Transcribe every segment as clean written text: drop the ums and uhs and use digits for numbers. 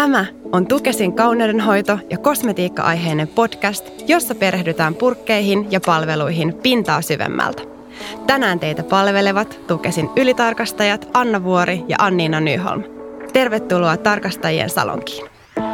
Tämä on Tukesin kauneudenhoito- ja kosmetiikka-aiheinen podcast, jossa perehdytään purkkeihin ja palveluihin pintaa syvemmältä. Tänään teitä palvelevat Tukesin ylitarkastajat Anna Vuori ja Anniina Nyholm. Tervetuloa tarkastajien salonkiin.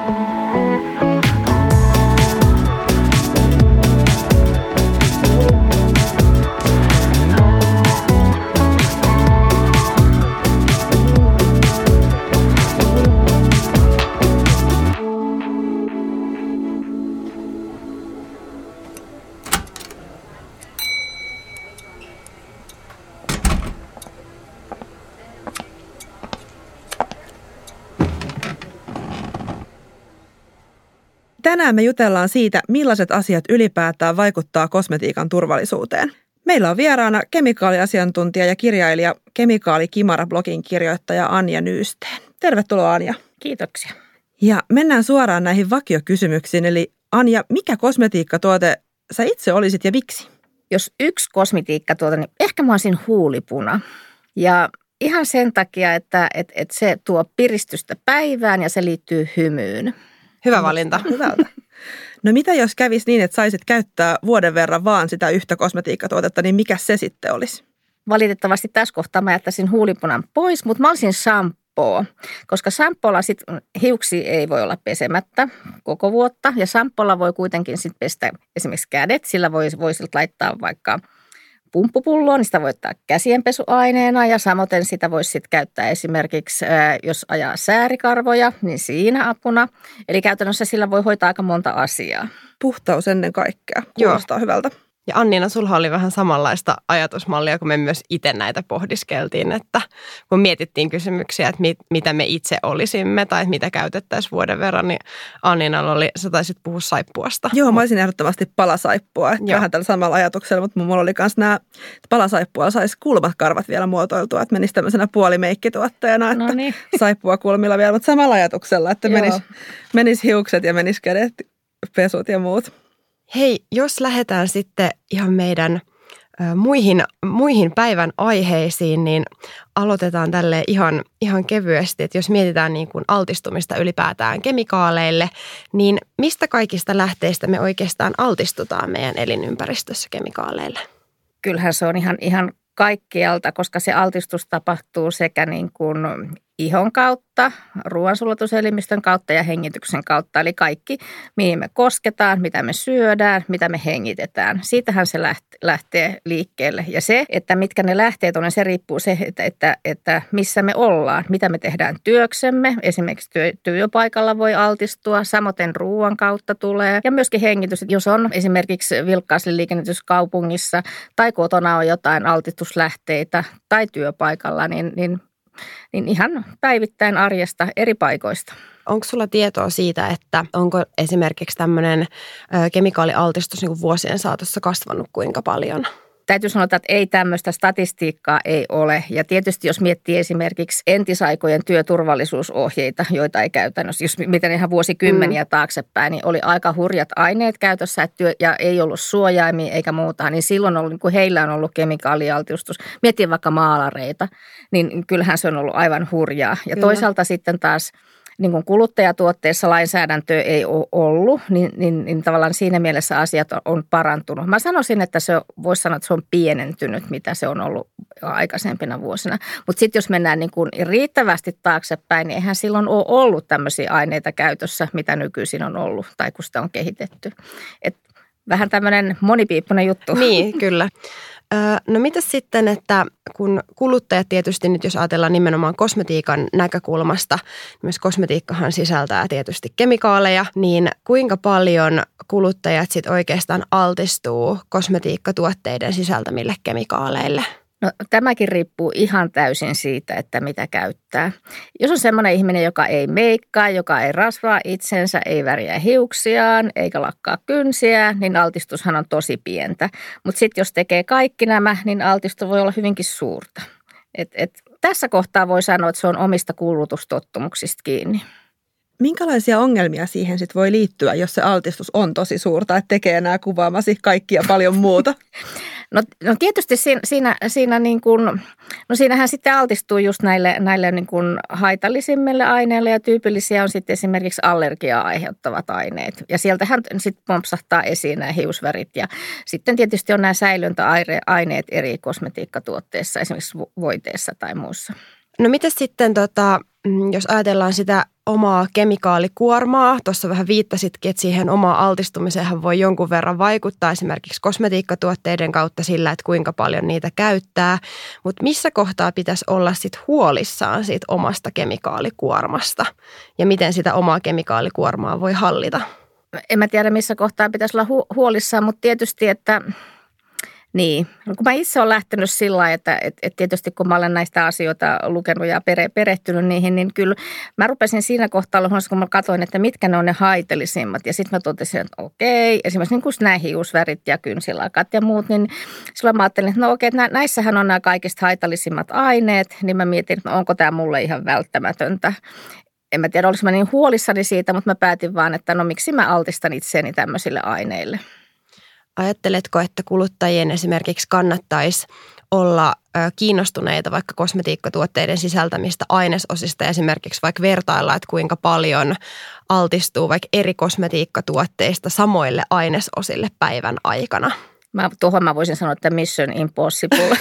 Tänään me jutellaan siitä, millaiset asiat ylipäätään vaikuttaa kosmetiikan turvallisuuteen. Meillä on vieraana kemikaaliasiantuntija ja kirjailija Kemikaali-Kimara-blogin kirjoittaja Anja Nysteen. Tervetuloa Anja. Kiitoksia. Ja mennään suoraan näihin vakiokysymyksiin. Eli Anja, mikä kosmetiikkatuote sä itse olisit ja miksi? Jos yksi kosmetiikkatuote, niin ehkä mä olisin huulipuna. Ja ihan sen takia, että se tuo piristystä päivään ja se liittyy hymyyn. Hyvä valinta. Hyvältä. No mitä jos kävisi niin, että saisit käyttää vuoden verran vaan sitä yhtä kosmetiikkatuotetta, niin mikä se sitten olisi? Valitettavasti tässä kohtaa mä jättäisin huulipunan pois, mutta mä olisin shampoo, koska shampoolla sit hiuksia ei voi olla pesemättä koko vuotta. Ja shampoolla voi kuitenkin sitten pestä esimerkiksi kädet, sillä voi laittaa vaikka pumppupulloon, niin sitä voi ottaa käsienpesuaineena ja samoin sitä voisi sitten käyttää esimerkiksi, jos ajaa säärikarvoja, niin siinä apuna. Eli käytännössä sillä voi hoitaa aika monta asiaa. Puhtaus ennen kaikkea. Kuulostaa hyvältä. Ja Anniina, sulla oli vähän samanlaista ajatusmallia, kun me myös itse näitä pohdiskeltiin, että kun mietittiin kysymyksiä, että mitä me itse olisimme tai mitä käytettäisiin vuoden verran, niin Anniinalla oli, sä taisit puhua saippuasta. Joo, mä olisin ehdottomasti palasaippua, että vähän tällä samalla ajatuksella, mutta mulla oli myös nämä, että palasaippua saisi kulmat karvat vielä muotoiltua, että menisi tämmöisenä puolimeikkituotteena, että saippua kulmilla vielä, mutta samalla ajatuksella, että menisi hiukset ja menisi kädet, pesut ja muut. Hei, jos lähdetään sitten ihan meidän muihin päivän aiheisiin, niin aloitetaan tälle ihan kevyesti, että jos mietitään niin kuin altistumista ylipäätään kemikaaleille, niin mistä kaikista lähteistä me oikeastaan altistutaan meidän elinympäristössä kemikaaleille? Kyllähän se on ihan kaikkialta, koska se altistus tapahtuu sekä niin kuin ihon kautta, ruoansulatuselimistön kautta ja hengityksen kautta. Eli kaikki, mihin me kosketaan, mitä me syödään, mitä me hengitetään. Siitähän se lähtee liikkeelle. Ja se, että mitkä ne lähteet on, se riippuu se, että missä me ollaan, mitä me tehdään työksemme. Esimerkiksi työpaikalla voi altistua, samoin ruoan kautta tulee. Ja myöskin hengitys, jos on esimerkiksi vilkkaasti liikennetys kaupungissa tai kotona on jotain altistuslähteitä tai työpaikalla, niin ihan päivittäin arjesta eri paikoista. Onko sulla tietoa siitä, että onko esimerkiksi tämmöinen kemikaalialtistus niin kuin vuosien saatossa kasvanut kuinka paljon? Täytyy sanoa, että ei tämmöistä statistiikkaa ei ole. Ja tietysti jos miettii esimerkiksi entisaikojen työturvallisuusohjeita, joita ei käytännössä, jos miten ihan vuosikymmeniä taaksepäin, niin oli aika hurjat aineet käytössä ja ei ollut suojaimia eikä muuta. Niin silloin ollut, kun heillä on ollut kemikaalialtistus, miettii vaikka maalareita, niin kyllähän se on ollut aivan hurjaa. Ja toisaalta sitten taas niin kuin kuluttajatuotteissa lainsäädäntöä ei ole ollut, niin tavallaan siinä mielessä asiat on parantunut. Mä sanoisin, että voisi sanoa, että se on pienentynyt, mitä se on ollut aikaisempina vuosina. Mutta sitten jos mennään niin kuin riittävästi taaksepäin, niin eihän silloin ole ollut tämmöisiä aineita käytössä, mitä nykyisin on ollut tai kun sitä on kehitetty. Et vähän tämmöinen monipiippunen juttu. Niin, kyllä. No mitäs sitten, että kun kuluttajat tietysti nyt, jos ajatellaan nimenomaan kosmetiikan näkökulmasta, myös kosmetiikkahan sisältää tietysti kemikaaleja, niin kuinka paljon kuluttajat sitten oikeastaan altistuu kosmetiikkatuotteiden sisältämille kemikaaleille? No tämäkin riippuu ihan täysin siitä, että mitä käyttää. Jos on semmoinen ihminen, joka ei meikkaa, joka ei rasvaa itsensä, ei väriä hiuksiaan, eikä lakkaa kynsiä, niin altistushan on tosi pientä. Mutta sitten jos tekee kaikki nämä, niin altistus voi olla hyvinkin suurta. Tässä kohtaa voi sanoa, että se on omista kulutustottumuksista kiinni. minkälaisia ongelmia siihen sit voi liittyä, jos se altistus on tosi suurta, että tekee nämä kuvaamasi kaikki ja paljon muuta? No tietysti siinä niin kuin, no siinähän sitten altistuu just näille niin kuin haitallisimmille aineille ja tyypillisiä on sitten esimerkiksi allergiaa aiheuttavat aineet. Ja sieltähän sitten pompsahtaa esiin nämä hiusvärit ja sitten tietysti on nämä säilöntäaineet eri kosmetiikkatuotteissa, esimerkiksi voiteessa tai muussa. No miten sitten, jos ajatellaan sitä omaa kemikaalikuormaa, tuossa vähän viittasitkin, että siihen omaan altistumiseenhan voi jonkun verran vaikuttaa esimerkiksi kosmetiikkatuotteiden kautta sillä, että kuinka paljon niitä käyttää, mutta missä kohtaa pitäisi olla sitten huolissaan siitä omasta kemikaalikuormasta ja miten sitä omaa kemikaalikuormaa voi hallita? En mä tiedä, missä kohtaa pitäisi olla huolissaan, mutta tietysti, että niin, kun mä itse olen lähtenyt sillä lailla, että tietysti kun mä olen näistä asioita lukenut ja perehtynyt niihin, niin kyllä mä rupesin siinä kohtaa, kun mä katsoin, että mitkä ne on ne haitallisimmat. Ja sitten mä totesin, että okei, esimerkiksi niin kuin nämä hiusvärit ja kynsilakat ja muut, niin silloin mä ajattelin, että no okei, että näissähän on nämä kaikista haitallisimmat aineet, niin mä mietin, että onko tämä mulle ihan välttämätöntä. En mä tiedä, oliko mä niin huolissani siitä, mutta mä päätin vaan, että no miksi mä altistan itseäni tämmöisille aineille. Ajatteletko, että kuluttajien esimerkiksi kannattaisi olla kiinnostuneita vaikka kosmetiikkatuotteiden sisältämistä ainesosista, esimerkiksi vaikka vertailla, että kuinka paljon altistuu vaikka eri kosmetiikkatuotteista samoille ainesosille päivän aikana? Tuohon mä voisin sanoa, että Mission Impossible.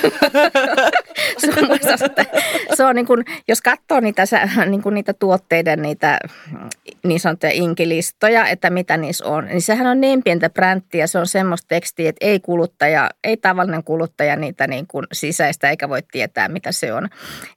Se on niin kuin, jos katsoo niitä tuotteiden, niitä niin sanottuja inkilistoja, että mitä niissä on, niin sehän on niin pientä bränttiä, se on semmoista tekstiä, että ei tavallinen kuluttaja niitä niin kuin sisäistä eikä voi tietää, mitä se on.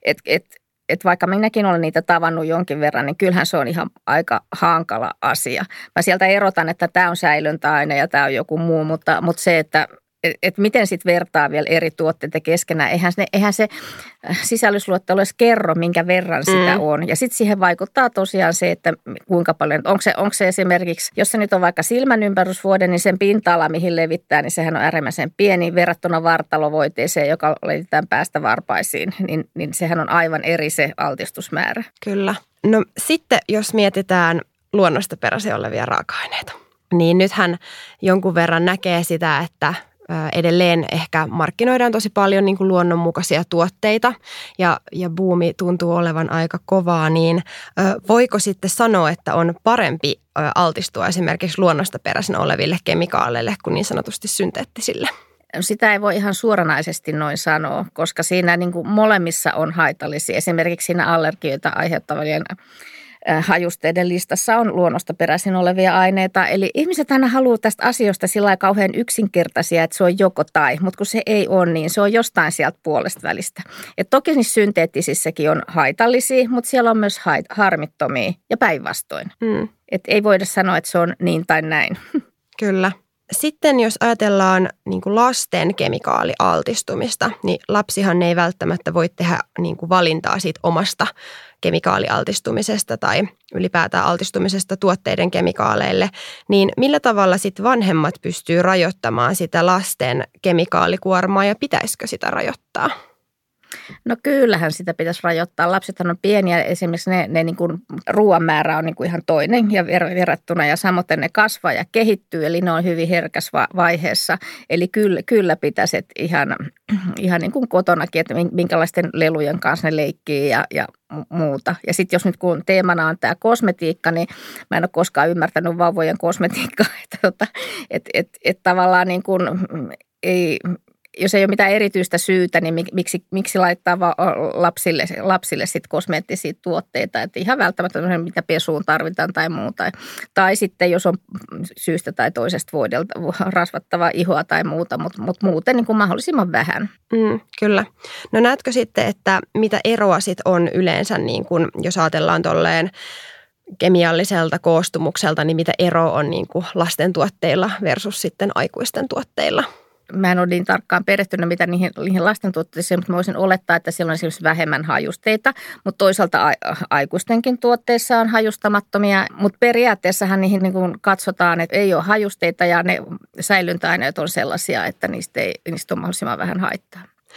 Et vaikka minäkin olen niitä tavannut jonkin verran, niin kyllähän se on ihan aika hankala asia. Mä sieltä erotan, että tämä on säilöntäaine ja tämä on joku muu, mutta se, että miten sitten vertaa vielä eri tuotteita keskenään. Eihän se sisällysluettelo edes kerro, minkä verran sitä on. Ja sitten siihen vaikuttaa tosiaan se, että kuinka paljon, onko se esimerkiksi, jos se nyt on vaikka silmän ympärysvuode, niin sen pinta-ala, mihin levittää, niin sehän on äärimmäisen pieni verrattuna vartalovoiteeseen, joka levitetään päästä varpaisiin. Niin sehän on aivan eri se altistusmäärä. Kyllä. No sitten, jos mietitään luonnosta peräisin olevia raaka-aineita, niin nythän jonkun verran näkee sitä, että edelleen ehkä markkinoidaan tosi paljon niin kuin luonnonmukaisia tuotteita ja buumi tuntuu olevan aika kovaa, niin voiko sitten sanoa, että on parempi altistua esimerkiksi luonnosta peräisin oleville kemikaaleille kuin niin sanotusti synteettisille? Sitä ei voi ihan suoranaisesti noin sanoa, koska siinä niin kuin molemmissa on haitallisia. Esimerkiksi siinä allergioita aiheuttavien hajusteiden listassa on luonnosta peräisin olevia aineita. Eli ihmiset aina haluaa tästä asioista sillä lailla kauhean yksinkertaisia, että se on joko tai, mutta kun se ei ole niin, se on jostain sieltä puolesta välistä. Et toki niissä synteettisissäkin on haitallisia, mutta siellä on myös harmittomia ja päinvastoin. Et ei voida sanoa, että se on niin tai näin. Kyllä. Sitten jos ajatellaan niin kuin lasten kemikaalialtistumista, niin lapsihan ei välttämättä voi tehdä niin kuin valintaa siitä omasta kemikaalialtistumisesta tai ylipäätään altistumisesta tuotteiden kemikaaleille. Niin millä tavalla sitten vanhemmat pystyy rajoittamaan sitä lasten kemikaalikuormaa ja pitäisikö sitä rajoittaa? No kyllähän sitä pitäisi rajoittaa. Lapsethan on pieniä, esimerkiksi ne niin kuin ruoan määrä on niin kuin ihan toinen ja verrattuna ja samoin ne kasvaa ja kehittyy, eli ne on hyvin herkässä vaiheessa. Eli kyllä pitäisi ihan niin kuin kotonakin, että minkälaisten lelujen kanssa ne leikkii ja muuta. Ja sitten jos nyt kun teemana on tämä kosmetiikka, niin mä en ole koskaan ymmärtänyt vauvojen kosmetiikkaa, että tavallaan niin kuin ei... Jos ei ole mitään erityistä syytä, niin miksi laittaa lapsille sit kosmeettisia tuotteita, että ihan välttämättä mitä pesuun tarvitaan tai muuta. Tai sitten jos on syystä tai toisesta voidelta rasvattavaa ihoa tai muuta, mutta muuten niin kuin mahdollisimman vähän. Kyllä. No näetkö sitten, että mitä eroa sitten on yleensä, niin kuin, jos ajatellaan tolleen kemialliselta koostumukselta, niin mitä ero on niin kuin lasten tuotteilla versus sitten aikuisten tuotteilla? Mä en ole niin tarkkaan perehtynyt mitä niihin lastentuotteisiin, mutta mä voisin olettaa, että siellä on esimerkiksi vähemmän hajusteita. Mutta toisaalta aikuistenkin tuotteissa on hajustamattomia, mutta periaatteessahan niihin niin kuin katsotaan, että ei ole hajusteita ja ne säilyntäaineet on sellaisia, että niistä on mahdollisimman vähän haittaa.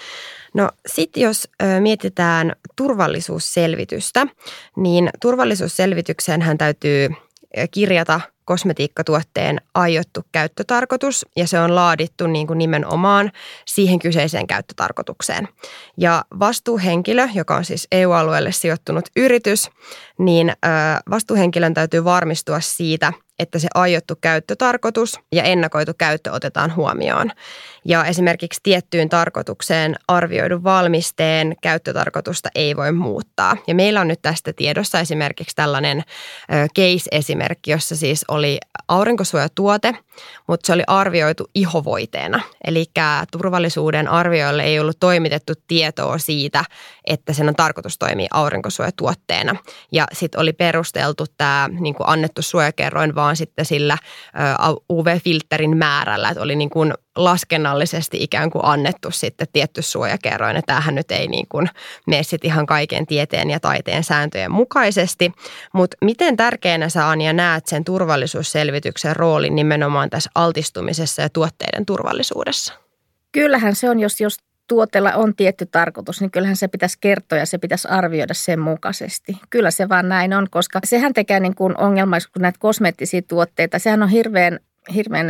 No sitten jos mietitään turvallisuusselvitystä, niin turvallisuusselvitykseenhän täytyy kirjata kosmetiikkatuotteen aiottu käyttötarkoitus ja se on laadittu niin kuin nimenomaan siihen kyseiseen käyttötarkoitukseen. Ja vastuuhenkilö, joka on siis EU-alueelle sijoittunut yritys, niin vastuuhenkilön täytyy varmistua siitä, että se aiottu käyttötarkoitus ja ennakoitu käyttö otetaan huomioon. Ja esimerkiksi tiettyyn tarkoitukseen arvioidun valmisteen käyttötarkoitusta ei voi muuttaa. Ja meillä on nyt tästä tiedossa esimerkiksi tällainen case-esimerkki, jossa siis oli aurinkosuojatuote, mutta se oli arvioitu ihovoiteena. Eli turvallisuuden arvioille ei ollut toimitettu tietoa siitä, että sen on tarkoitus toimia aurinkosuojatuotteena. Ja sitten oli perusteltu tämä niin kuin annettu suojakerroin vaan sitten sillä UV-filterin määrällä, että oli niin kuin laskennallisesti ikään kuin annettu sitten tietty suojakerroin. Että tämähän nyt ei niin kuin mene sitten ihan kaiken tieteen ja taiteen sääntöjen mukaisesti. Mutta miten tärkeänä sä, Anja, näet sen turvallisuusselvityksen roolin nimenomaan tässä altistumisessa ja tuotteiden turvallisuudessa? Kyllähän se on, jos tuotteella on tietty tarkoitus, niin kyllähän se pitäisi kertoa ja se pitäisi arvioida sen mukaisesti. Kyllä se vaan näin on, koska sehän tekee niin kuin ongelmaksi, kun näitä kosmeettisia tuotteita, sehän on hirveän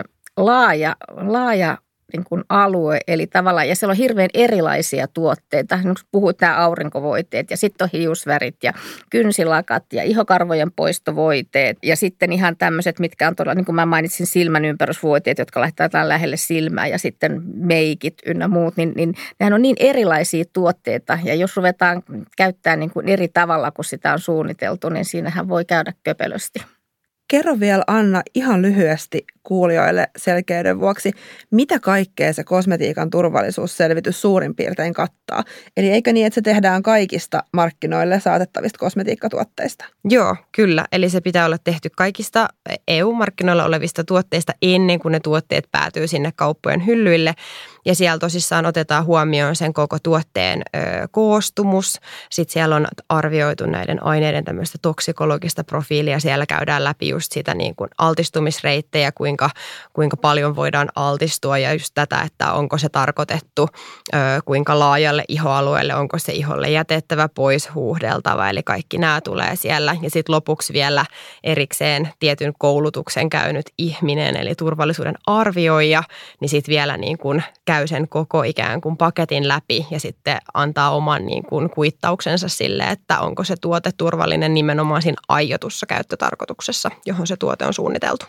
laaja niin kuin alue, eli tavallaan, ja siellä on hirveän erilaisia tuotteita. Nyt puhuit nämä aurinkovoiteet, ja sitten on hiusvärit, ja kynsilakat, ja ihokarvojen poistovoiteet, ja sitten ihan tämmöiset, mitkä on todella, niin kuin mä mainitsin, silmän ympärysvoiteet, jotka laitetaan lähelle silmää, ja sitten meikit ynnä muut, niin nehän on niin erilaisia tuotteita, ja jos ruvetaan käyttämään niin kuin eri tavalla, kun sitä on suunniteltu, niin siinähän voi käydä köpelösti. Kerro vielä, Anna, ihan lyhyesti kuulijoille selkeyden vuoksi, mitä kaikkea se kosmetiikan turvallisuusselvitys suurin piirtein kattaa? Eli eikö niin, että se tehdään kaikista markkinoille saatettavista kosmetiikkatuotteista? Joo, kyllä. Eli se pitää olla tehty kaikista EU-markkinoilla olevista tuotteista ennen kuin ne tuotteet päätyy sinne kauppojen hyllyille. Ja siellä tosissaan otetaan huomioon sen koko tuotteen koostumus. Sitten siellä on arvioitu näiden aineiden tämmöistä toksikologista profiilia. Siellä käydään läpi just sitä niin kuin altistumisreittejä, kuinka paljon voidaan altistua ja just tätä, että onko se tarkoitettu kuinka laajalle ihoalueelle, onko se iholle jätettävä pois, huuhdeltava, eli kaikki nämä tulee siellä. Ja sitten lopuksi vielä erikseen tietyn koulutuksen käynyt ihminen, eli turvallisuuden arvioija, niin sitten vielä niin kuin käy sen koko ikään kuin paketin läpi ja sitten antaa oman niin kuin kuittauksensa sille, että onko se tuote turvallinen nimenomaan siinä aiotussa käyttötarkoituksessa, johon se tuote on suunniteltu.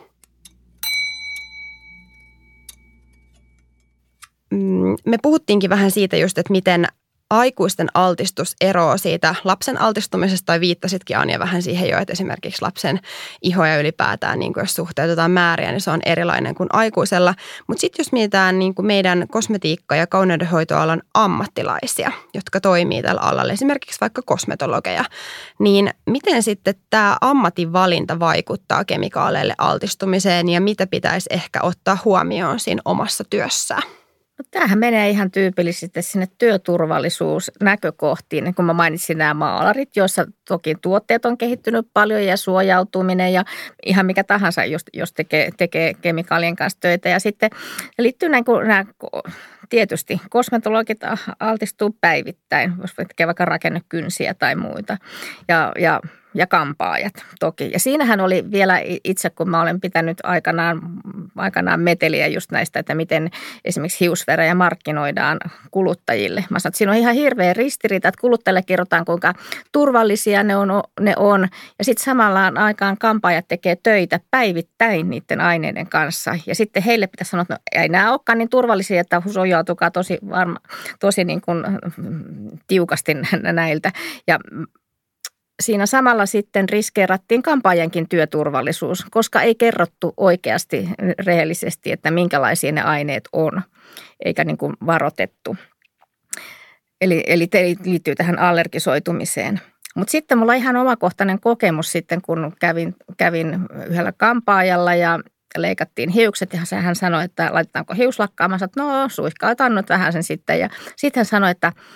Me puhuttiinkin vähän siitä just, että miten aikuisten altistus eroaa siitä lapsen altistumisesta, tai viittasitkin, Anja, vähän siihen jo, että esimerkiksi lapsen iho ja ylipäätään, niin jos suhteutetaan määriä, niin se on erilainen kuin aikuisella. Mutta sitten jos mietitään niin meidän kosmetiikka- ja kauneudenhoitoalan ammattilaisia, jotka toimii tällä alalla, esimerkiksi vaikka kosmetologeja, niin miten sitten tämä ammatinvalinta vaikuttaa kemikaaleille altistumiseen ja mitä pitäisi ehkä ottaa huomioon siinä omassa työssään? No, tämähän menee ihan tyypillisesti sinne työturvallisuusnäkökohtiin, niin kun mä mainitsin nämä maalarit, joissa toki tuotteet on kehittynyt paljon ja suojautuminen ja ihan mikä tahansa, jos tekee kemikaalien kanssa töitä. Ja sitten liittyy nämä tietysti kosmetologit altistuu päivittäin, jos tekee vaikka rakennekynsiä tai muita ja kampaajat toki. Ja siinähän oli vielä itse, kun mä olen pitänyt aikanaan meteliä just näistä, että miten esimerkiksi hiusvärejä markkinoidaan kuluttajille. Mä sanon, että siinä on ihan hirveä ristiriita, että kuluttajille kerrotaan, kuinka turvallisia ne on. Ja sitten samalla aikaan kampaajat tekee töitä päivittäin niiden aineiden kanssa. Ja sitten heille pitäisi sanoa, että no, ei nämä olekaan niin turvallisia, että suojautukaa tosi niin kuin tiukasti näiltä. Ja siinä samalla sitten riskeerattiin kampaajankin työturvallisuus, koska ei kerrottu oikeasti rehellisesti, että minkälaisia ne aineet on, eikä niin kuin varoitettu. Eli liittyy tähän allergisoitumiseen. Mutta sitten mulla on ihan omakohtainen kokemus sitten, kun kävin yhdellä kampaajalla ja leikattiin hiukset ja hän sanoi, että laitetaanko hiuslakkaa. Mä sanoin, että no suihkautan nyt vähän sen sitten. Ja sitten hän sanoi, että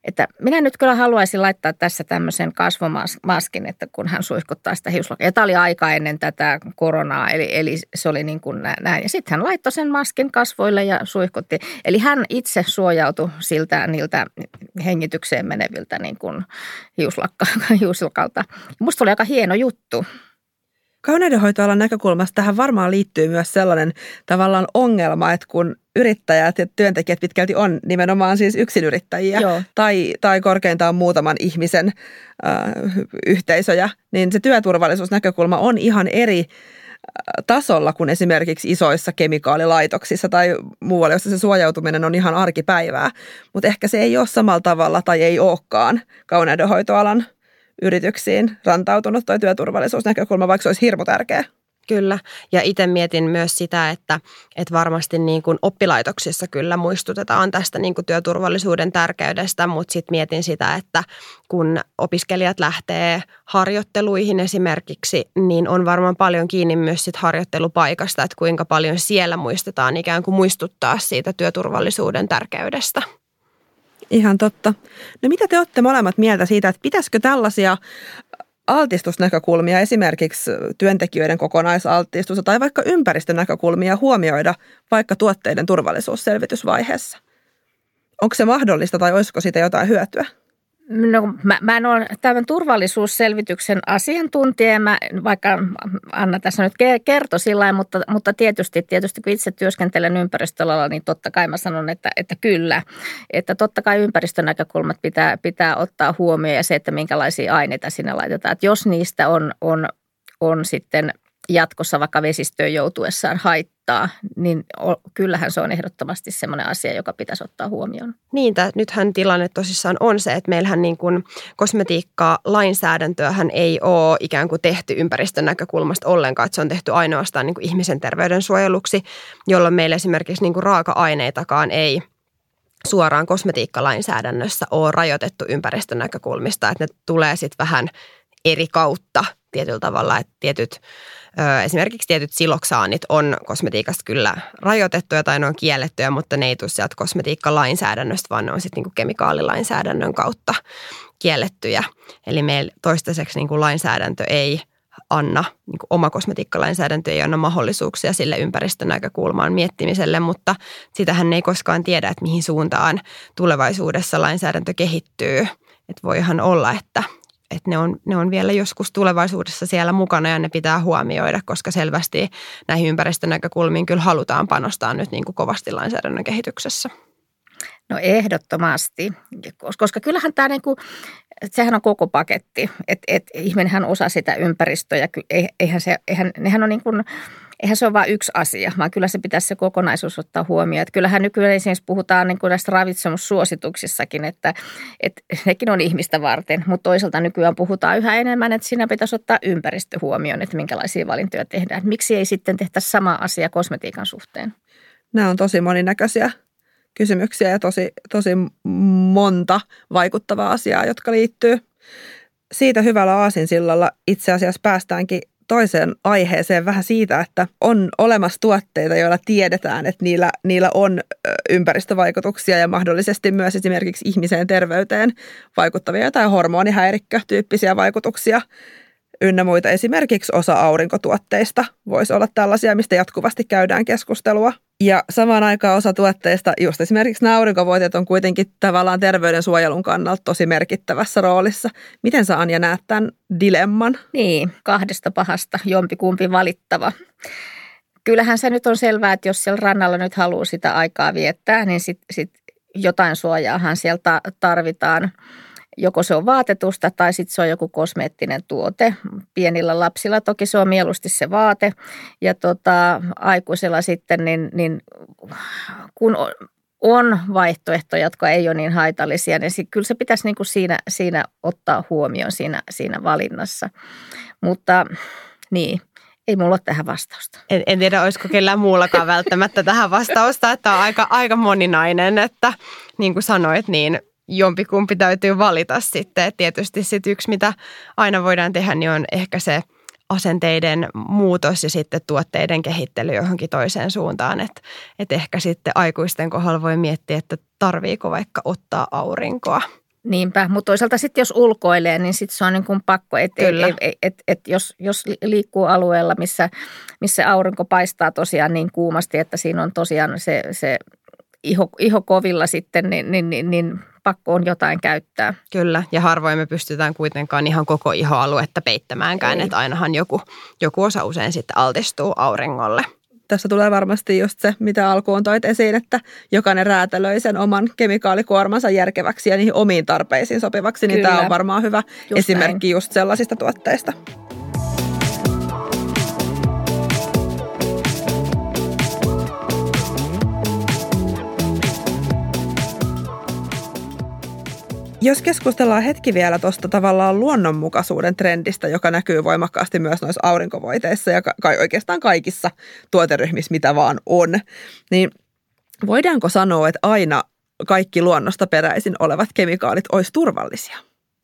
Että minä nyt kyllä haluaisin laittaa tässä tämmöisen kasvomaskin, että kun hän suihkuttaa sitä hiuslakea. Ja tämä oli aika ennen tätä koronaa, eli se oli niin kuin näin. Ja sitten hän laittoi sen maskin kasvoille ja suihkutti. Eli hän itse suojautui niiltä hengitykseen meneviltä niin kuin hiuslakalta. Musta oli aika hieno juttu. Kauneudenhoitoalan näkökulmasta tähän varmaan liittyy myös sellainen tavallaan ongelma, että kun yrittäjät ja työntekijät pitkälti on nimenomaan siis yksinyrittäjiä tai korkeintaan muutaman ihmisen yhteisöjä, niin se työturvallisuusnäkökulma on ihan eri tasolla kuin esimerkiksi isoissa kemikaalilaitoksissa tai muualla, jossa se suojautuminen on ihan arkipäivää. Mutta ehkä se ei ole samalla tavalla tai ei olekaan kauneudenhoitoalan yrityksiin rantautunut toi työturvallisuusnäkökulma, vaikka se olisi hirmu tärkeä. Kyllä. Ja itse mietin myös sitä, että varmasti niin kuin oppilaitoksissa kyllä muistutetaan tästä niin kuin työturvallisuuden tärkeydestä, mutta sitten mietin sitä, että kun opiskelijat lähtee harjoitteluihin esimerkiksi, niin on varmaan paljon kiinni myös sit harjoittelupaikasta, että kuinka paljon siellä muistetaan ikään kuin muistuttaa siitä työturvallisuuden tärkeydestä. Ihan totta. No mitä te olette molemmat mieltä siitä, että pitäisikö tällaisia altistusnäkökulmia, esimerkiksi työntekijöiden kokonaisaltistusta tai vaikka ympäristönäkökulmia huomioida vaikka tuotteiden turvallisuusselvitysvaiheessa? Onko se mahdollista tai olisiko siitä jotain hyötyä? No mä en ole tämän turvallisuusselvityksen asiantuntija, vaikka Anna tässä nyt kertoi sillä mutta tietysti kun itse työskentelen ympäristöalalla, niin totta kai mä sanon, että kyllä. Että totta kai ympäristönäkökulmat pitää ottaa huomioon ja se, että minkälaisia aineita sinne laitetaan. Että jos niistä on sitten jatkossa vaikka vesistöön joutuessaan haittaa, niin kyllähän se on ehdottomasti semmoinen asia, joka pitäisi ottaa huomioon. Niin, nythän tilanne tosissaan on se, että meillähän niin kuin kosmetiikka-lainsäädäntöähän ei ole ikään kuin tehty ympäristön näkökulmasta ollenkaan, että se on tehty ainoastaan niin kuin ihmisen terveyden suojeluksi, jolloin meillä esimerkiksi niin kuin raaka-aineitakaan ei suoraan kosmetiikkalainsäädännössä ole rajoitettu ympäristön näkökulmista, että ne tulee sitten vähän eri kautta tietyllä tavalla, että esimerkiksi tietyt siloksaanit on kosmetiikasta kyllä rajoitettuja tai ne on kiellettyjä, mutta ne ei tule sieltä kosmetiikkalainsäädännöstä, vaan ne on sitten niinku kemikaalilainsäädännön kautta kiellettyjä. Eli meillä toistaiseksi niinku lainsäädäntö ei anna, niinku oma kosmetiikkalainsäädäntö ei anna mahdollisuuksia sille ympäristön näkökulmaan miettimiselle, mutta sitähän ei koskaan tiedä, että mihin suuntaan tulevaisuudessa lainsäädäntö kehittyy. Että voihan olla, että ne on vielä joskus tulevaisuudessa siellä mukana ja ne pitää huomioida, koska selvästi näihin ympäristönäkökulmiin kyllä halutaan panostaa nyt niin kuin kovasti lainsäädännön kehityksessä. No ehdottomasti, koska kyllähän tämä niin kuin, sehän on koko paketti, että ihminenhän osaa sitä ympäristöä ja nehän on niin kuin, eihän se ole vain yksi asia, vaan kyllä se pitäisi se kokonaisuus ottaa huomioon. Että kyllähän nykyään esimerkiksi puhutaan niin kuin näistä ravitsemussuosituksissakin, että nekin on ihmistä varten, mutta toisaalta nykyään puhutaan yhä enemmän, että siinä pitäisi ottaa ympäristö huomioon, että minkälaisia valintoja tehdään. Miksi ei sitten tehtäisi sama asia kosmetiikan suhteen? Nämä on tosi moninäköisiä kysymyksiä ja tosi monta vaikuttavaa asiaa, jotka liittyy. Siitä hyvällä aasinsillalla itse asiassa päästäänkin toiseen aiheeseen vähän siitä, että on olemassa tuotteita, joilla tiedetään, että niillä on ympäristövaikutuksia ja mahdollisesti myös esimerkiksi ihmiseen terveyteen vaikuttavia jotain hormonihäirikkötyyppisiä vaikutuksia ynnä muita. Esimerkiksi osa aurinkotuotteista voisi olla tällaisia, mistä jatkuvasti käydään keskustelua. Ja samaan aikaan osa tuotteista, just esimerkiksi nämä aurinkovoiteet, on kuitenkin tavallaan terveydensuojelun kannalta tosi merkittävässä roolissa. Miten sä, Anja, näet tämän dilemman? Niin, kahdesta pahasta jompikumpi valittava. Kyllähän se nyt on selvää, että jos siellä rannalla nyt haluaa sitä aikaa viettää, niin sit jotain suojaahan sieltä tarvitaan. Joko se on vaatetusta tai sitten se on joku kosmeettinen tuote. Pienillä lapsilla toki se on mieluusti se vaate. Ja aikuisilla sitten, niin kun on vaihtoehtoja, jotka ei ole niin haitallisia, niin kyllä se pitäisi niin kuin siinä ottaa huomioon siinä valinnassa. Mutta niin, ei mulla ole tähän vastausta. En tiedä, olisiko kellään muullakaan välttämättä tähän vastausta, että on aika moninainen, että niin kuin sanoit, niin jompikumpi täytyy valita sitten. Et tietysti sitten yksi, mitä aina voidaan tehdä, niin on ehkä se asenteiden muutos ja sitten tuotteiden kehittely johonkin toiseen suuntaan. Et ehkä sitten aikuisten kohdalla voi miettiä, että tarviiko vaikka ottaa aurinkoa Niinpä, mutta toisaalta sitten jos ulkoilee, niin sitten se on niin kuin pakko, että jos liikkuu alueella, missä aurinko paistaa tosiaan niin kuumasti, että siinä on tosiaan se iho kovilla sitten, niin pakko on jotain käyttää. Kyllä, ja harvoin me pystytään kuitenkaan ihan koko ihoaluetta peittämäänkään, että ainahan joku osa usein sitten altistuu auringolle. Tässä tulee varmasti just se, mitä alkuun toit esiin, että jokainen räätälöi sen oman kemikaalikuormansa järkeväksi ja niihin omiin tarpeisiin sopivaksi, niin tämä on varmaan hyvä esimerkki just sellaisista tuotteista. Jos keskustellaan hetki vielä tuosta tavallaan luonnonmukaisuuden trendistä, joka näkyy voimakkaasti myös noissa aurinkovoiteissa ja oikeastaan kaikissa tuoteryhmissä, mitä vaan on, niin voidaanko sanoa, että aina kaikki luonnosta peräisin olevat kemikaalit olisi turvallisia?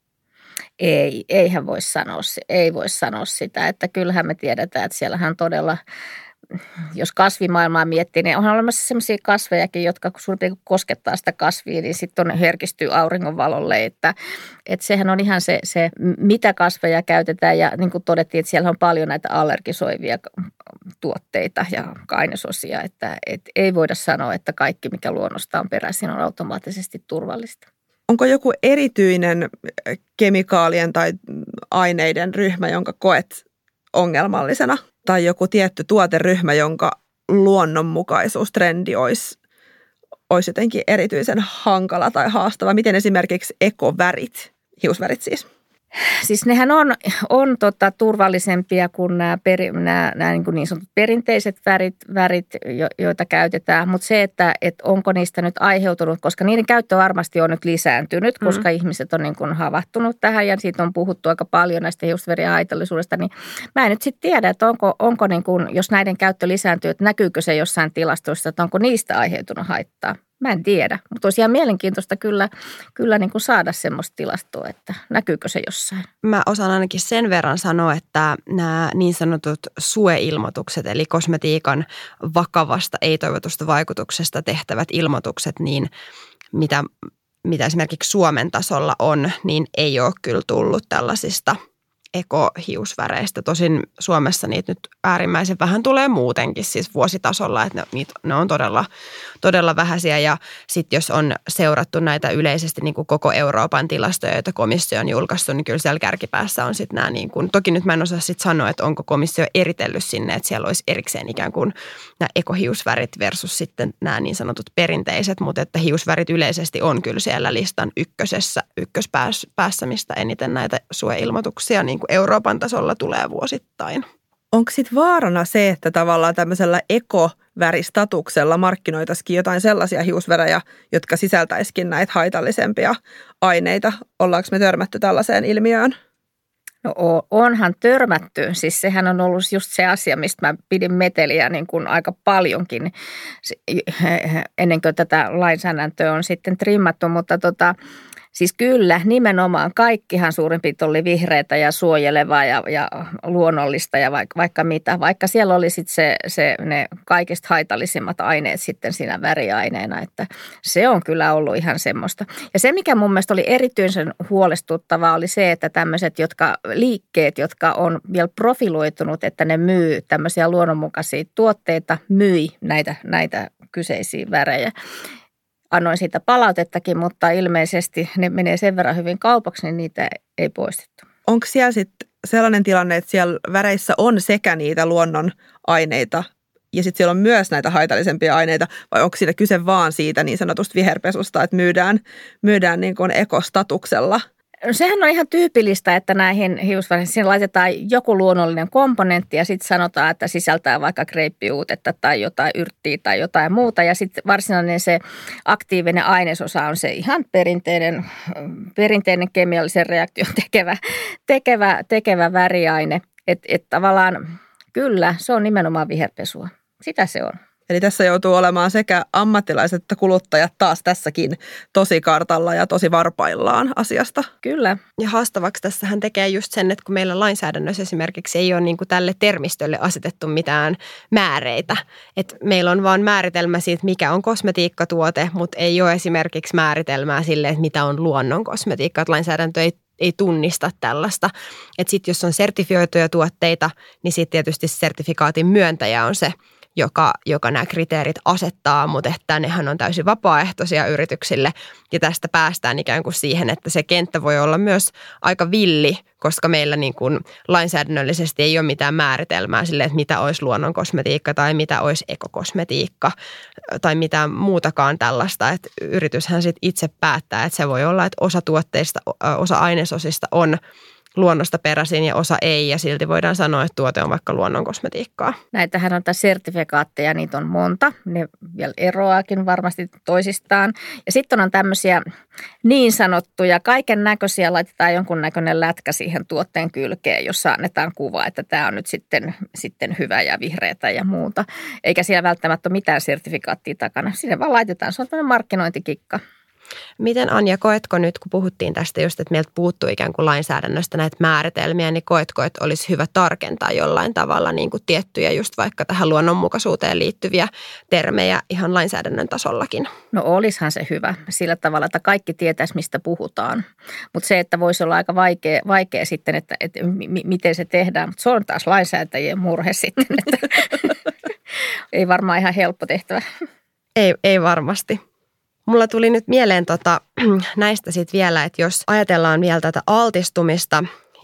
Eihän voi sanoa sitä, että kyllähän me tiedetään, että siellähän todella, jos kasvimaailmaa miettii, niin onhan olemassa sellaisia kasvejakin, jotka kun koskettaa sitä kasvia, niin sitten herkistyy auringonvalolle, että sehän on ihan se, mitä kasveja käytetään ja niin kuin todettiin, että siellä on paljon näitä allergisoivia tuotteita ja ainesosia, että ei voida sanoa, että kaikki mikä luonnosta on peräisin on automaattisesti turvallista. Onko joku erityinen kemikaalien tai aineiden ryhmä, jonka koet ongelmallisena? Tai joku tietty tuoteryhmä, jonka luonnonmukaisuustrendi olisi jotenkin erityisen hankala tai haastava? Miten esimerkiksi ekovärit, hiusvärit siis? Siis nehän on turvallisempia kuin nämä niin sanotut perinteiset värit, joita käytetään. Mutta se, että onko niistä nyt aiheutunut, koska niiden käyttö varmasti on nyt lisääntynyt, koska ihmiset on niin kuin havahtunut tähän ja siitä on puhuttu aika paljon näistä hiusvärien haitallisuudesta. Niin mä en nyt sitten tiedä, että onko niin kuin, jos näiden käyttö lisääntyy, että näkyykö se jossain tilastoissa, että onko niistä aiheutunut haittaa. Mä en tiedä, mutta olisi ihan mielenkiintoista kyllä niin kuin saada semmoista tilastoa, että näkyykö se jossain. Mä osaan ainakin sen verran sanoa, että nämä niin sanotut SUE-ilmoitukset, eli kosmetiikan vakavasta ei-toivotusta vaikutuksesta tehtävät ilmoitukset, niin mitä esimerkiksi Suomen tasolla on, niin ei ole kyllä tullut tällaisista ekohiusväreistä. Tosin Suomessa niitä nyt äärimmäisen vähän tulee muutenkin, siis vuositasolla, että ne on todella vähäisiä. Ja sitten jos on seurattu näitä yleisesti niin kuin koko Euroopan tilastoja, joita komissio on julkaissut, niin kyllä siellä kärkipäässä on sitten nämä, niin kuin, toki nyt mä en osaa sitten sanoa, että onko komissio eritellyt sinne, että siellä olisi erikseen ikään kuin nämä ekohiusvärit versus sitten nämä niin sanotut perinteiset, mutta että hiusvärit yleisesti on kyllä siellä listan ykköspäässä, mistä eniten näitä SUE-ilmoituksia niin kuin Euroopan tasolla tulee vuosittain. Onko sitten vaarana se, että tavallaan tämmöisellä ekoväristatuksella markkinoitaisiin jotain sellaisia hiusvärejä, jotka sisältäisikin näitä haitallisempia aineita? Ollaanko me törmätty tällaiseen ilmiöön? No onhan törmätty. Siis sehän on ollut just se asia, mistä mä pidin meteliä niin kuin aika paljonkin ennen kuin tätä lainsäädäntöä on sitten trimmattu, mutta siis kyllä, nimenomaan kaikkihan suurin piirtein oli vihreätä ja suojelevaa ja luonnollista ja vaikka mitä. Vaikka siellä oli sitten ne kaikista haitallisimmat aineet sitten siinä väriaineena, että se on kyllä ollut ihan semmoista. Ja se, mikä mun mielestä oli erityisen huolestuttavaa, oli se, että tämmöiset liikkeet, jotka on vielä profiloitunut, että ne myy tämmöisiä luonnonmukaisia tuotteita, myi näitä kyseisiä värejä. Annoin siitä palautettakin, mutta ilmeisesti ne menee sen verran hyvin kaupaksi, niin niitä ei poistettu. Onko siellä sitten sellainen tilanne, että siellä väreissä on sekä niitä luonnon aineita ja sitten siellä on myös näitä haitallisempia aineita, vai onko siinä kyse vaan siitä niin sanotusta viherpesusta, että myydään niin kuin ekostatuksella? Sehän on ihan tyypillistä, että näihin hiusväreihin siinä laitetaan joku luonnollinen komponentti ja sitten sanotaan, että sisältää vaikka greippiuutetta tai jotain yrttiä tai jotain muuta. Ja sitten varsinainen se aktiivinen ainesosa on se ihan perinteinen kemiallisen reaktion tekevä väriaine. Että tavallaan kyllä, se on nimenomaan viherpesua. Sitä se on. Eli tässä joutuu olemaan sekä ammattilaiset että kuluttajat taas tässäkin tosi kartalla ja tosi varpaillaan asiasta. Kyllä. Ja haastavaksi tässähän tekee just sen, että kun meillä lainsäädännössä esimerkiksi ei ole niin kuin tälle termistölle asetettu mitään määreitä. Että meillä on vaan määritelmä siitä, mikä on kosmetiikkatuote, mutta ei ole esimerkiksi määritelmää sille, että mitä on luonnon kosmetiikka. Että lainsäädäntö ei tunnista tällaista. Että sitten jos on sertifioituja tuotteita, niin sitten tietysti sertifikaatin myöntäjä on se, joka nämä kriteerit asettaa, mutta että nehän on täysin vapaaehtoisia yrityksille. Ja tästä päästään ikään kuin siihen, että se kenttä voi olla myös aika villi, koska meillä niin kuin lainsäädännöllisesti ei ole mitään määritelmää sille, että mitä olisi luonnon kosmetiikka tai mitä olisi ekokosmetiikka tai mitään muutakaan tällaista. Että yrityshän sitten itse päättää, että se voi olla, että osa tuotteista, osa ainesosista on luonnosta peräisin ja osa ei, ja silti voidaan sanoa, että tuote on vaikka luonnon kosmetiikkaa. Näitähän on sertifikaatteja, niitä on monta. Ne vielä eroakin varmasti toisistaan. Ja sitten on tämmöisiä niin sanottuja, kaiken näköisiä, laitetaan jonkunnäköinen lätkä siihen tuotteen kylkeen, jossa annetaan kuva, että tämä on nyt sitten hyvä ja vihreätä ja muuta. Eikä siellä välttämättä ole mitään sertifikaattia takana. Sinne vaan laitetaan, se on tämmöinen markkinointikikka. Miten Anja, koetko nyt, kun puhuttiin tästä just, että meiltä puuttuu ikään kuin lainsäädännöstä näitä määritelmiä, niin koetko, että olisi hyvä tarkentaa jollain tavalla niin kuin tiettyjä just vaikka tähän luonnonmukaisuuteen liittyviä termejä ihan lainsäädännön tasollakin? No olisihan se hyvä sillä tavalla, että kaikki tietäisi, mistä puhutaan. Mutta se, että voisi olla aika vaikea sitten, että miten se tehdään, mutta se on taas lainsäätäjien murhe sitten, että ei varmaan ihan helppo tehtävä. Ei varmasti. Mulla tuli nyt mieleen näistä sitten vielä, että jos ajatellaan vielä tätä altistumista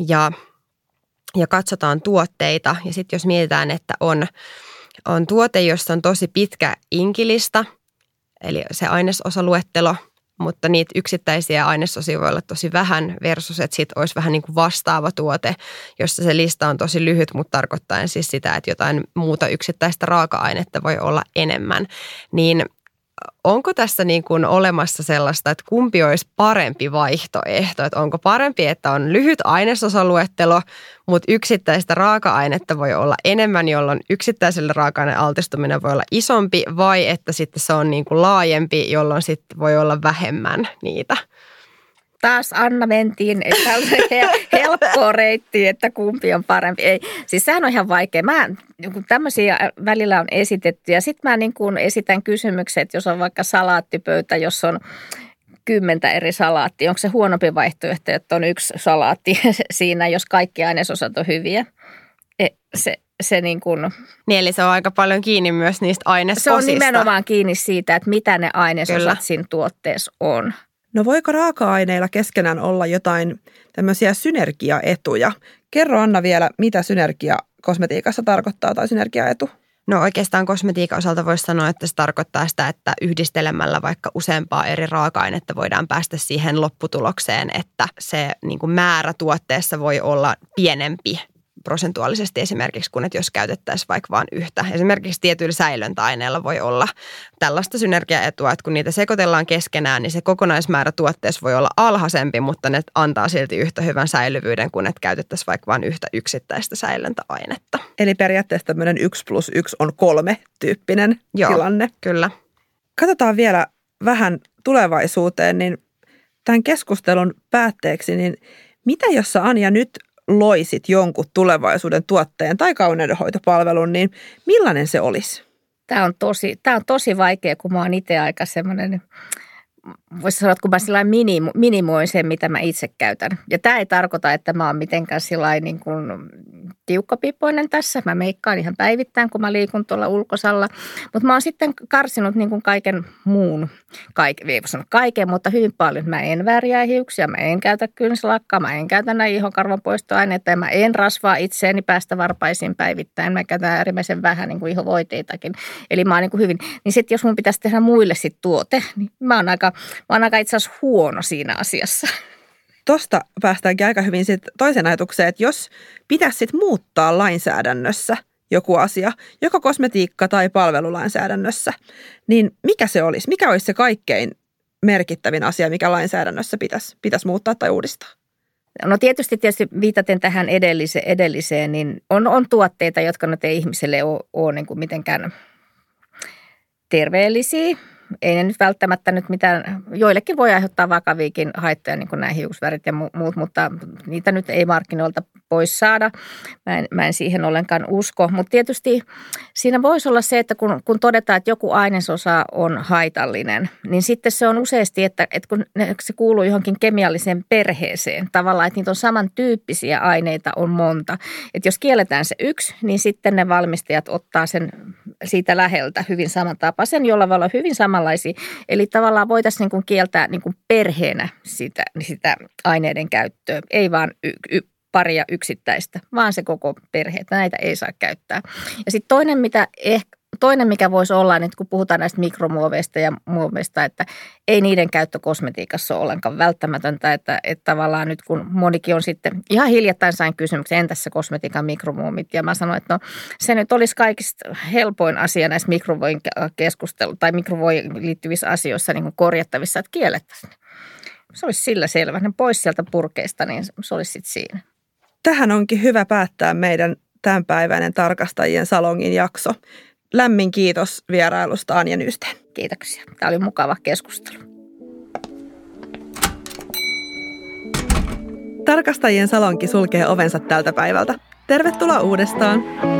ja katsotaan tuotteita ja sitten jos mietitään, että on tuote, jossa on tosi pitkä inkilista, eli se ainesosaluettelo, mutta niitä yksittäisiä ainesosia voi olla tosi vähän versus, että sitten olisi vähän niin kuin vastaava tuote, jossa se lista on tosi lyhyt, mutta tarkoittaen siis sitä, että jotain muuta yksittäistä raaka-ainetta voi olla enemmän, niin onko tässä niin kuin olemassa sellaista, että kumpi olisi parempi vaihtoehto? Että onko parempi, että on lyhyt ainesosaluettelo, mutta yksittäistä raaka-ainetta voi olla enemmän, jolloin yksittäiselle raaka-aineen altistuminen voi olla isompi, vai että sitten se on niin kuin laajempi, jolloin sitten voi olla vähemmän niitä? Taas Anna mentiin helppoa reittiä, että kumpi on parempi. Ei, siis sehän on ihan vaikea. Tämmöisiä välillä on esitetty ja sitten mä niin kuin esitän kysymykset, jos on vaikka salaattipöytä, jos on 10 eri salaattia. Onko se huonompi vaihtoehto, että on yksi salaatti siinä, jos kaikki ainesosat on hyviä? Se niin kuin, niin eli se on aika paljon kiinni myös niistä ainesosista. Se on nimenomaan kiinni siitä, että mitä ne ainesosat Kyllä. siinä tuotteessa on. No voiko raaka-aineilla keskenään olla jotain tämmöisiä synergiaetuja? Kerro Anna vielä, mitä synergia kosmetiikassa tarkoittaa tai synergiaetu? No oikeastaan kosmetiikan osalta voisi sanoa, että se tarkoittaa sitä, että yhdistelemällä vaikka useampaa eri raaka-ainetta voidaan päästä siihen lopputulokseen, että se niin kuin määrä tuotteessa voi olla pienempi prosentuaalisesti esimerkiksi, kun että jos käytettäisiin vaikka vain yhtä. Esimerkiksi tietyillä säilöntäaineilla voi olla tällaista synergiaetua, että kun niitä sekoitellaan keskenään, niin se kokonaismäärä tuotteessa voi olla alhaisempi, mutta ne antaa silti yhtä hyvän säilyvyyden, kun että käytettäisiin vaikka vain yhtä yksittäistä säilöntäainetta. Eli periaatteessa tämmöinen 1+1 on 3 tyyppinen tilanne. Kyllä. Katsotaan vielä vähän tulevaisuuteen, niin tämän keskustelun päätteeksi, niin mitä jos sä Anja nyt loisit jonkun tulevaisuuden tuotteen tai kauneudenhoitopalvelun, niin millainen se olisi? Tämä on tosi vaikea, kun mä oon itse aika semmoinen, voisi sanoa, että kun mä sillä minimoin sen, mitä mä itse käytän. Ja tämä ei tarkoita, että mä oon mitenkään sillä niin kuin tiukkapipoinen tässä. Mä meikkaan ihan päivittäin, kun mä liikun tuolla ulkosalla. Mutta mä oon sitten karsinut niin kuin kaiken muun, ei voi sanoa kaiken, mutta hyvin paljon. Mä en värjää hiuksia, mä en käytä kynsilakkaa, mä en käytä näitä ihonkarvan poistoaineita ja mä en rasvaa itseäni päästä varpaisiin päivittäin. Mä käytän äärimmäisen vähän niin kuin ihovoiteitakin. Eli mä oon niin kuin hyvin, niin sitten jos mun pitäisi tehdä muille sit tuote, niin mä oon aika itse asiassa huono siinä asiassa. Tuosta päästäänkin aika hyvin sit toisen ajatukseen, että jos pitäisi sit muuttaa lainsäädännössä joku asia, joko kosmetiikka- tai palvelulainsäädännössä, niin mikä se olisi? Mikä olisi se kaikkein merkittävin asia, mikä lainsäädännössä pitäisi muuttaa tai uudistaa? No tietysti viitaten tähän edelliseen niin on tuotteita, jotka nyt ei ihmiselle ole niin kuin mitenkään terveellisiä. Ei ne nyt välttämättä nyt mitään, joillekin voi aiheuttaa vakaviakin haittoja, niin kuin nämä hiusvärit ja muut, mutta niitä nyt ei markkinoilta pois saada. Mä en siihen ollenkaan usko, mutta tietysti siinä voisi olla se, että kun todetaan, että joku ainesosa on haitallinen, niin sitten se on useasti, että kun se kuuluu johonkin kemialliseen perheeseen tavallaan, että niitä on samantyyppisiä aineita on monta. Että jos kielletään se yksi, niin sitten ne valmistajat ottaa sen siitä läheltä hyvin samantapaisen, jolla voi olla hyvin samanlaisia. Eli tavallaan voitaisiin niin kuin kieltää niin kuin perheenä sitä aineiden käyttöä, ei vaan paria yksittäistä, vaan se koko perhe, että näitä ei saa käyttää. Ja sitten toinen, mikä voisi olla, niin kun puhutaan näistä mikromuoveista ja muoveista, että ei niiden käyttö kosmetiikassa ole ollenkaan välttämätöntä, että tavallaan nyt kun monikin on sitten, ihan hiljattain sain kysymyksen, entäs se kosmetiikan mikromuovit, ja mä sanoin, että no se nyt olisi kaikista helpoin asia näissä mikrovoin keskustelu tai mikrovoin liittyvissä asioissa niin kuin korjattavissa, että kiellettäisiin. Se olisi sillä selvä, ne pois sieltä purkeista, niin se olisi sitten siinä. Tähän onkin hyvä päättää meidän tämänpäiväinen Tarkastajien salongin jakso. Lämmin kiitos vierailusta Anja Nysteen. Kiitoksia. Tämä oli mukava keskustelu. Tarkastajien salonki sulkee ovensa tältä päivältä. Tervetuloa uudestaan!